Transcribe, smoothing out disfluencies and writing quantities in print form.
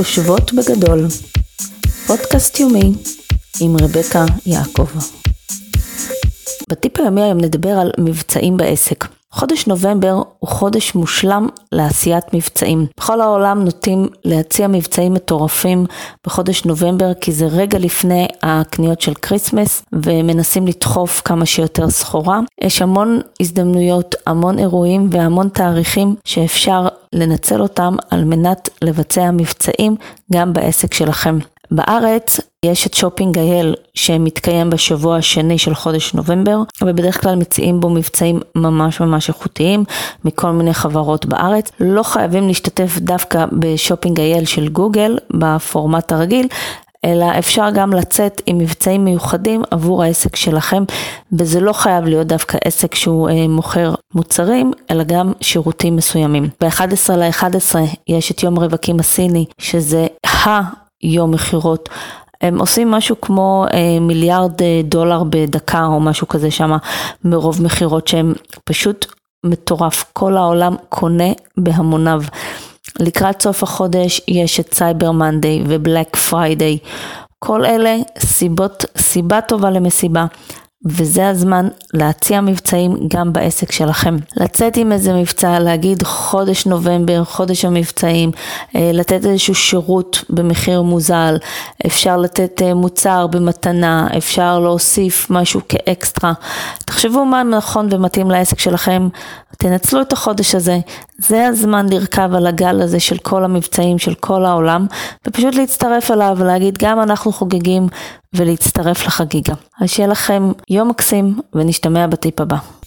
חושבות בגדול, פודקאסט יומי עם רבקה יעקב. בטיפ היומי היום נדבר על מבצעים בעסק. חודש נובמבר הוא חודש מושלם לעשיית מבצעים. בכל העולם נוטים להציע מבצעים מטורפים בחודש נובמבר, כי זה רגע לפני הקניות של קריסמס, ומנסים לדחוף כמה שיותר סחורה. יש המון הזדמנויות, המון אירועים והמון תאריכים שאפשר לנצל אותם על מנת לבצע מבצעים גם בעסק שלכם. בארץ יש את שופינג אייל שמתקיים בשבוע השני של חודש נובמבר, ובדרך כלל מציעים בו מבצעים ממש איכותיים מכל מיני חברות בארץ. לא חייבים להשתתף דווקא בשופינג אייל של גוגל בפורמט הרגיל, אלא אפשר גם לצאת עם מבצעים מיוחדים עבור העסק שלכם, וזה לא חייב להיות דווקא עסק שהוא מוכר מוצרים, אלא גם שירותים מסוימים. ב-11/11 יש את יום רווקים הסיני, שזה יום מחירות. הם עושים משהו כמו $1,000,000,000 בדקה או משהו כזה שמה, מרוב מחירות שהם פשוט מטורף. כל העולם קונה בהמוניו. לקראת סוף החודש יש את סייבר מנדיי ובלק פריידיי. כל אלה סיבה טובה למסיבה. וזה הזמן להציע מבצעים גם בעסק שלכם. לצאת עם איזה מבצע, להגיד חודש נובמבר, חודש המבצעים, לתת איזשהו שירות במחיר מוזל, אפשר לתת מוצר במתנה, אפשר להוסיף משהו כאקסטרה. תחשבו מה נכון ומתאים לעסק שלכם, תנצלו את החודש הזה. זה הזמן לרכב על הגל הזה של כל המבצעים של כל העולם, ופשוט להצטרף אליו ולהגיד גם אנחנו חוגגים, ולהצטרף לחגיגה. אז שיהיה לכם יום מקסים ונשתמע בטיפ הבא.